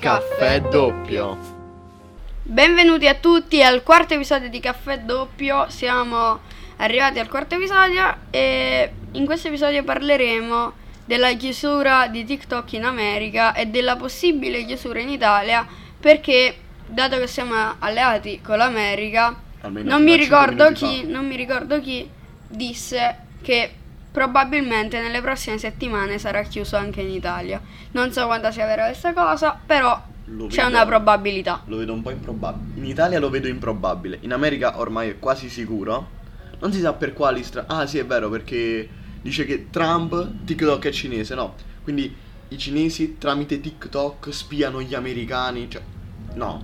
Caffè Doppio. Benvenuti a tutti al quarto episodio di Caffè Doppio. Siamo arrivati al quarto episodio e in questo episodio parleremo della chiusura di TikTok in America e della possibile chiusura in Italia, perché dato che siamo alleati con l'America, non mi ricordo chi disse che probabilmente nelle prossime settimane sarà chiuso anche in Italia. Non so quanto sia vera questa cosa, però c'è una probabilità. Lo vedo un po' improbabile. In Italia lo vedo improbabile. In America ormai è quasi sicuro. Non si sa per quali Ah sì, è vero, perché dice che Trump, TikTok è cinese, no? Quindi i cinesi tramite TikTok spiano gli americani. Cioè, no.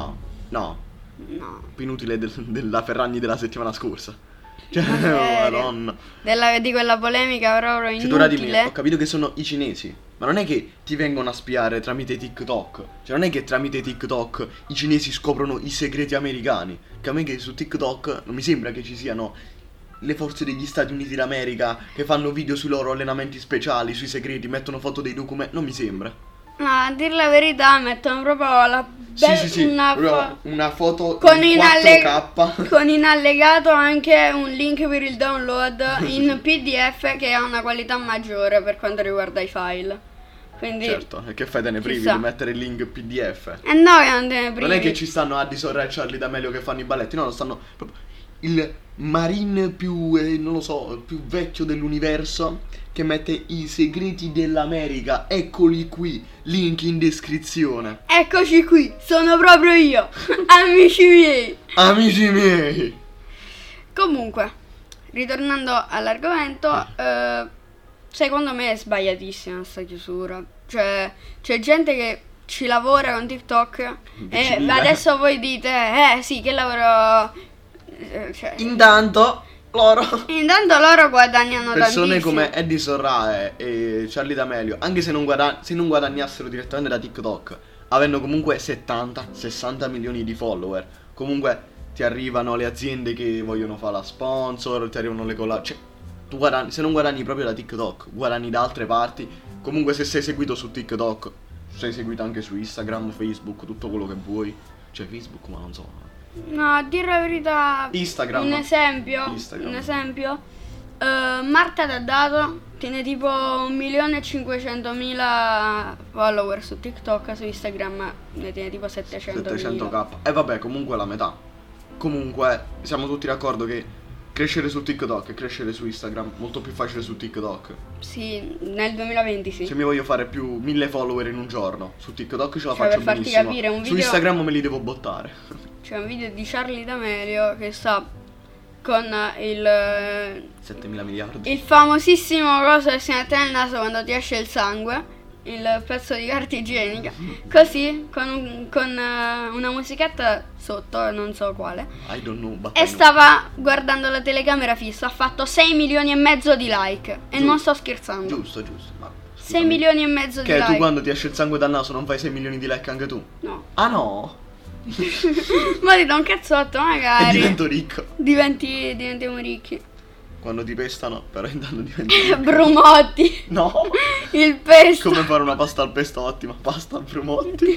Più inutile della Ferragni della settimana scorsa. Cioè, madonna. Di quella polemica proprio Cioè, inutile. ho capito che sono i cinesi, ma non è che ti vengono a spiare tramite TikTok. Cioè, non è che tramite TikTok i cinesi scoprono i segreti americani. Che a me che su TikTok non mi sembra che ci siano le forze degli Stati Uniti d'America che fanno video sui loro allenamenti speciali, sui segreti, mettono foto dei documenti. Non mi sembra. No, a dire la verità, mettono proprio una foto con in 4K con in allegato anche un link per il download in PDF che ha una qualità maggiore per quanto riguarda i file. Quindi certo, e che fai, te ne privi di mettere il link PDF? No, che non te ne privi. Non è che ci stanno Addison Rae e Charlie D'Amelio che fanno i balletti, no, stanno proprio il marine più, non lo so, più vecchio dell'universo che mette i segreti dell'America. Eccoli qui, link in descrizione. Eccoci qui, sono proprio io. Amici miei. Comunque, ritornando all'argomento, secondo me è sbagliatissima sta chiusura. Cioè, c'è gente che ci lavora con TikTok e adesso voi dite, sì, che lavoro. Cioè, Intanto loro guadagnano persone tantissimo. come Addison Rae e Charlie D'Amelio, anche se non guadagnassero direttamente da TikTok, avendo comunque 70-60 milioni di follower, comunque ti arrivano le aziende che vogliono fare la sponsor, ti arrivano le cioè, tu guadagni, se non guadagni proprio da TikTok, guadagni da altre parti. Comunque se sei seguito su TikTok, sei seguito anche su Instagram, Facebook, tutto quello che vuoi. Cioè Facebook, ma non so. No, a dire la verità, Instagram. Un esempio Marta D'Addato tiene tipo 1.500.000 follower su TikTok, su Instagram ne tiene tipo 700.000. E vabbè, comunque la metà. Comunque siamo tutti d'accordo che crescere su TikTok e crescere su Instagram molto più facile su TikTok. Sì, nel 2020 sì. Se mi voglio fare più 1.000 follower in un giorno, su TikTok ce la cioè, faccio per benissimo. farti capire, un video... Su Instagram me li devo bottare. C'è un video di Charlie D'Amelio che sta con il 7.000 miliardi. il famosissimo coso che si mette nel naso quando ti esce il sangue, il pezzo di carta igienica, così con una musichetta sotto, non so quale. I don't know, e stava guardando la telecamera fissa. Ha fatto 6 milioni e mezzo di like. E non sto scherzando. Giusto. Ma 6 milioni e mezzo di like. Che tu quando ti esce il sangue dal naso non fai 6 milioni di like anche tu? No. Ah no? Ma ti do un cazzotto magari. E divento ricco. Diventiamo ricchi. Quando ti pestano, però intanto diventi ricco. Brumotti. No. Il pesto. Come fare una pasta al pesto ottima. Pasta al Brumotti.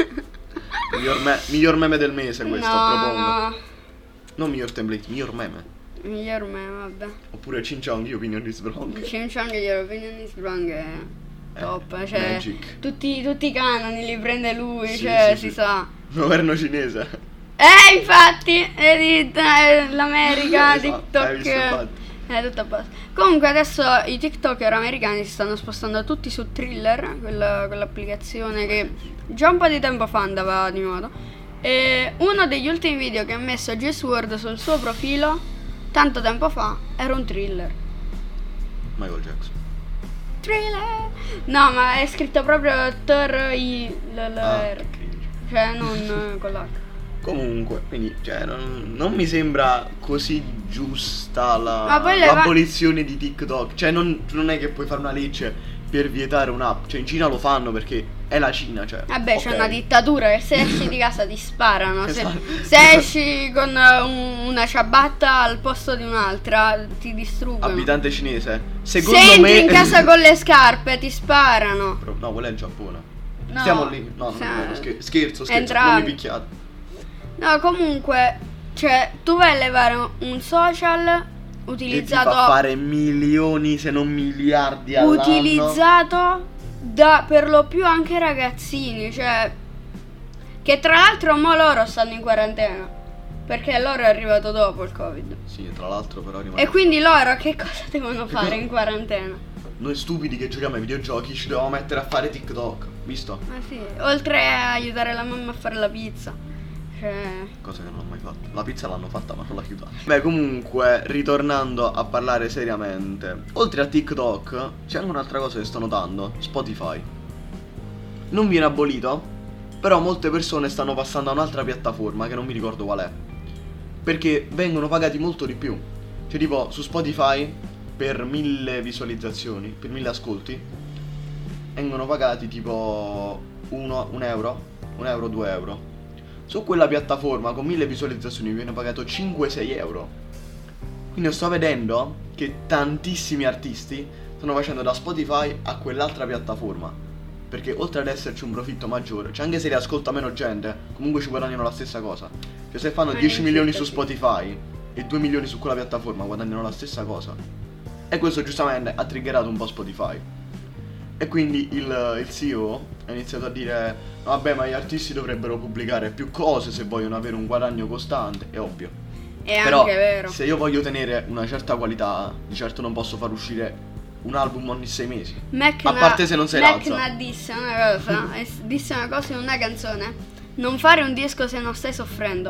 Miglior meme del mese questo, propongo. No. Non miglior template, miglior meme. Miglior meme, vabbè. Oppure Ching Chong, io opinion is wrong. Ching Chong e gli opinion is wrong è top. Cioè Magic. tutti i canoni li prende lui. Sì, cioè sì. si sa. Governo cinese. Infatti, l'America, Esatto, TikTok, hai visto, infatti. è tutto a posto. Comunque adesso i TikToker americani si stanno spostando tutti su Thriller, quell'applicazione che già un po' di tempo fa andava di moda. E uno degli ultimi video che ha messo Juice WRLD sul suo profilo, tanto tempo fa, era un thriller. Michael Jackson. Thriller! No, ma è scritto proprio Thriller. Cioè non con l'H. Comunque, quindi cioè, non mi sembra così giusta Ma poi l'abolizione di TikTok. Cioè non è che puoi fare una legge per vietare un'app. Cioè in Cina lo fanno perché è la Cina, cioè. Vabbè, okay. C'è una dittatura che se esci di casa ti sparano. Esatto. Se esci con una ciabatta al posto di un'altra ti distruggono. Abitante cinese. Se entri in casa con le scarpe ti sparano. No, quello è il Giappone. No, stiamo lì. No, scherzo, entrambi. non mi picchiate. No, comunque, cioè, tu vai a levare un social utilizzato... Che ti fa fare milioni, se non miliardi all'anno. Utilizzato da per lo più anche ragazzini, cioè... Che tra l'altro mo loro stanno in quarantena. Perché loro è arrivato dopo il Covid. Sì, tra l'altro però E quindi loro che cosa devono fare in quarantena? Noi stupidi che giochiamo ai videogiochi ci dobbiamo mettere a fare TikTok, visto? Ma sì, oltre a aiutare la mamma a fare la pizza. Cioè... Cosa che non ho mai fatto. La pizza l'hanno fatta ma non l'ho aiutata. Beh, comunque, ritornando a parlare seriamente, oltre a TikTok c'è anche un'altra cosa che sto notando: Spotify. Non viene abolito, però molte persone stanno passando a un'altra piattaforma che non mi ricordo qual è, perché vengono pagati molto di più. Cioè tipo su Spotify per 1000 visualizzazioni, per 1000 ascolti, vengono pagati tipo 1 euro, 1 euro, 2 euro. Su quella piattaforma con 1000 visualizzazioni viene pagato 5-6 euro. Quindi sto vedendo che tantissimi artisti stanno facendo da Spotify a quell'altra piattaforma, perché oltre ad esserci un profitto maggiore, cioè anche se li ascolta meno gente, comunque ci guadagnano la stessa cosa. Cioè se fanno 10 milioni su Spotify e 2 milioni su quella piattaforma, guadagnano la stessa cosa. E questo giustamente ha triggerato un po' Spotify. E quindi il CEO ha iniziato a dire: vabbè, ma gli artisti dovrebbero pubblicare più cose se vogliono avere un guadagno costante. È ovvio. È però anche vero. se io voglio ottenere una certa qualità, di certo non posso far uscire un album ogni 6 mesi. A parte se non sei razza. Mac disse una cosa, disse una cosa in una canzone: non fare un disco se non stai soffrendo.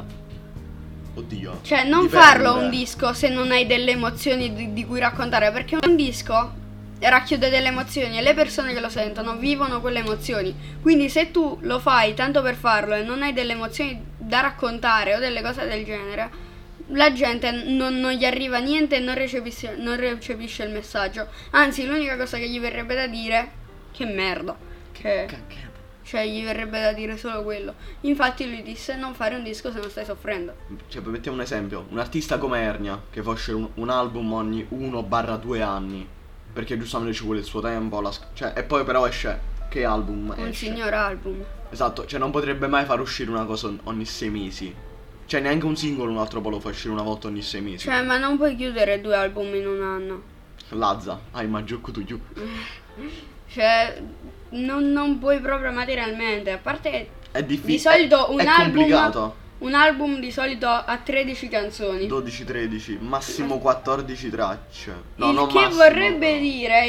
Oddio. Cioè non dipende. farlo un disco se non hai delle emozioni di cui raccontare, perché un disco racchiude delle emozioni e le persone che lo sentono vivono quelle emozioni. Quindi se tu lo fai tanto per farlo e non hai delle emozioni da raccontare o delle cose del genere, la gente non gli arriva niente e non recepisce il messaggio. Anzi, l'unica cosa che gli verrebbe da dire: che merda. Cioè gli verrebbe da dire solo quello. Infatti lui disse: non fare un disco se non stai soffrendo. Cioè, mettiamo un esempio: un artista come Ernia che fa uscire un album ogni 1-2 anni, perché giustamente ci vuole il suo tempo, cioè, e poi però esce, che album esce? Un signor album. Esatto, cioè non potrebbe mai far uscire una cosa ogni 6 mesi. Cioè neanche un singolo un altro po' lo fa uscire una volta ogni 6 mesi. Cioè, ma non puoi chiudere 2 album in un anno. Lazza, hai maggiocco tu giù. Cioè, non puoi proprio materialmente. A parte che è difficile. Di solito è complicato. Un album di solito ha 13 canzoni. 12-13, massimo 14 tracce. No, il non che massimo, vorrebbe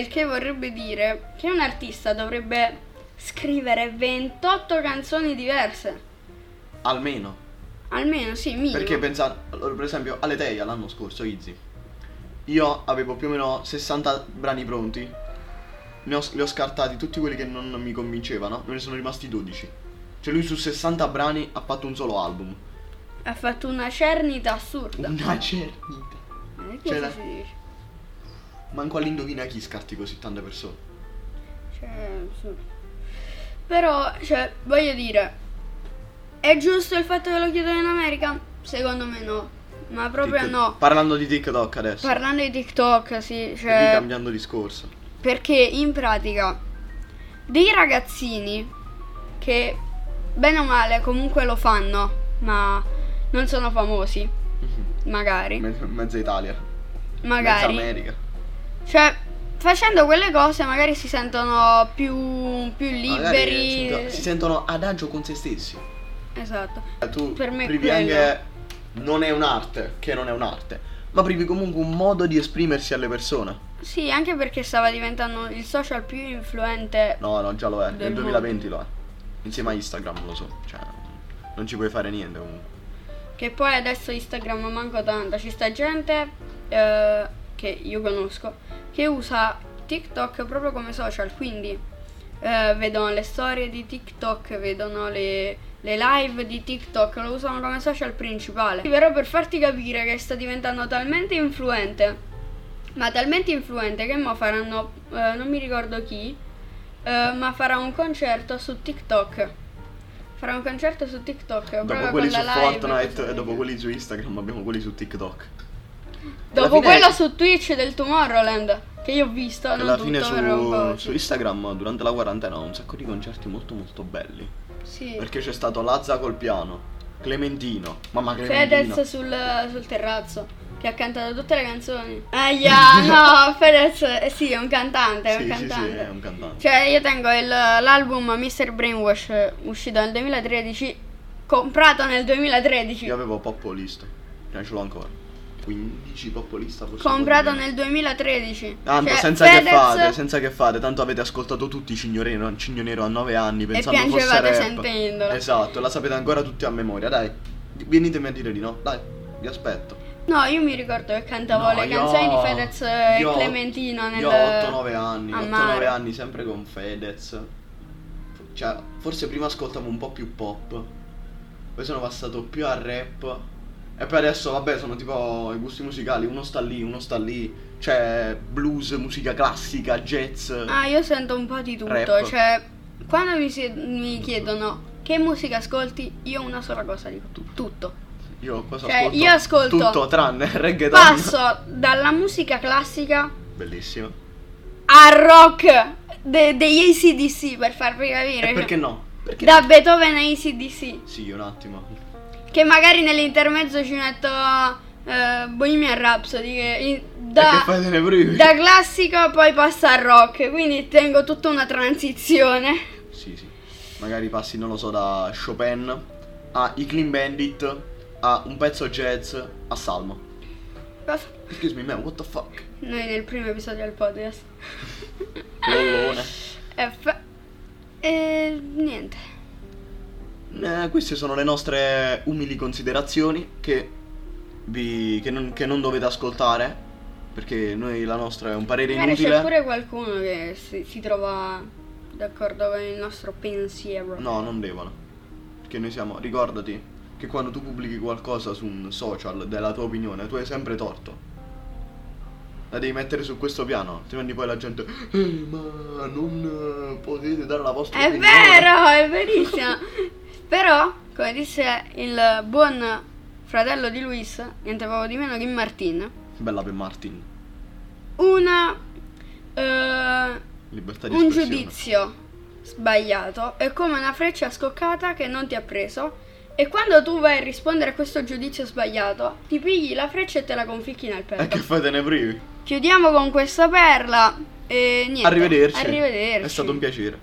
dire che un artista dovrebbe scrivere 28 canzoni diverse. Almeno, sì, minimo. Perché pensate, allora, per esempio, Aletheia l'anno scorso, Izzy, io avevo più o meno 60 brani pronti. Li ho scartati tutti quelli che non mi convincevano. Me ne sono rimasti 12. Cioè lui su 60 brani ha fatto un solo album. Ha fatto una cernita assurda. Una cernita. Cosa si dice? Manco all'indovina chi scarti così tante persone. Cioè, assurdo. Però, cioè, voglio dire, è giusto il fatto che lo chiudono in America? Secondo me no. Ma proprio no. Parlando di TikTok adesso. Parlando di TikTok, sì. Cioè, cambiando discorso. Perché in pratica dei ragazzini che bene o male comunque lo fanno, ma non sono famosi, magari. Mezza Italia. Magari. Mezza America. Cioè, facendo quelle cose magari si sentono più liberi. Magari si sentono ad agio con se stessi. Esatto. Tu per me privi anche, non è un'arte, che non è un'arte, ma privi comunque un modo di esprimersi alle persone. Sì, anche perché stava diventando il social più influente. No, già lo è. Nel 2020 mondo. lo è. Insieme a Instagram, lo so. Cioè, non ci puoi fare niente comunque. Che poi adesso Instagram manco tanta. Ci sta gente che io conosco che usa TikTok proprio come social. Quindi vedono le storie di TikTok, vedono le live di TikTok, lo usano come social principale. Però per farti capire che sta diventando talmente influente, ma talmente influente, che mo faranno, non mi ricordo chi, ma farà un concerto su TikTok. Farà un concerto su TikTok. Dopo quelli su Fortnite e dopo quelli su Instagram abbiamo quelli su TikTok. Dopo quello su Twitch del Tomorrowland, che io ho visto, Che non alla tutto, fine però su Instagram durante la quarantena ho un sacco di concerti molto molto belli. sì. Perché c'è stato Lazza col piano, Clementino, mamma Clementino. Fedez sul terrazzo, che ha cantato tutte le canzoni. No, Fedez, sì, è un cantante, è un Sì, cantante. sì, è un cantante. Cioè, io tengo l'album Mr. Brainwash, uscito nel 2013, comprato nel 2013. Io avevo Poppolista, ce l'ho ancora. 15 Poppolista forse. Comprato nel 2013. Tanto Cioè, senza Fedez, che fate, tanto avete ascoltato tutti Cigno Nero a 9 anni pensando fosse piangevate rap. sentendolo. Esatto, la sapete ancora tutti a memoria, dai. Venitemi a dire di no, dai, vi aspetto. No, io mi ricordo che cantavo No, le io- canzoni di Fedez e io- Clementino nel Io ho 8-9 anni, a 8-9 mare. anni sempre con Fedez. Cioè, forse prima ascoltavo un po' più pop, poi sono passato più al rap. E poi adesso, vabbè, sono tipo i gusti musicali, uno sta lì. C'è blues, musica classica, jazz. Ah, io sento un po' di tutto, Rap. cioè quando mi chiedono che musica ascolti, io una sola cosa dico, tutto. Io cosa Cioè, ascolto? io ascolto- tutto tranne reggaeton. Passo dalla musica classica Bellissimo. al rock degli AC/DC, per farvi capire. E perché cioè, no? Perché da Beethoven a AC/DC, Sì, un attimo. che magari nell'intermezzo ci metto Bohemian Rhapsody, E che fai te ne privi? da classico poi passa al rock, quindi tengo tutta una transizione. Sì, sì. Magari passi, non lo so, da Chopin a I Clean Bandit a un pezzo jazz a Salmo. Cosa? Excuse me, man, what the fuck? Noi nel primo episodio del podcast. Lollone. Niente. Queste sono le nostre umili considerazioni che non dovete ascoltare, perché noi la nostra è un parere Magari c'è inutile. pure qualcuno che si trova d'accordo con il nostro pensiero. No, non devono. Perché noi siamo, ricordati che quando tu pubblichi qualcosa su un social della tua opinione, tu hai sempre torto. La devi mettere su questo piano, altrimenti poi la gente ma non potete dare la vostra È opinione. vero, è verissimo. Però, come disse il buon fratello di Luis, niente poco di meno che Martin, Bella per Martin. Libertà di un espressione. giudizio sbagliato è come una freccia scoccata che non ti ha preso, e quando tu vai a rispondere a questo giudizio sbagliato ti pigli la freccia e te la conficchi nel E che petto. fai te ne privi? Chiudiamo con questa perla e niente. Arrivederci. Arrivederci. È stato un piacere.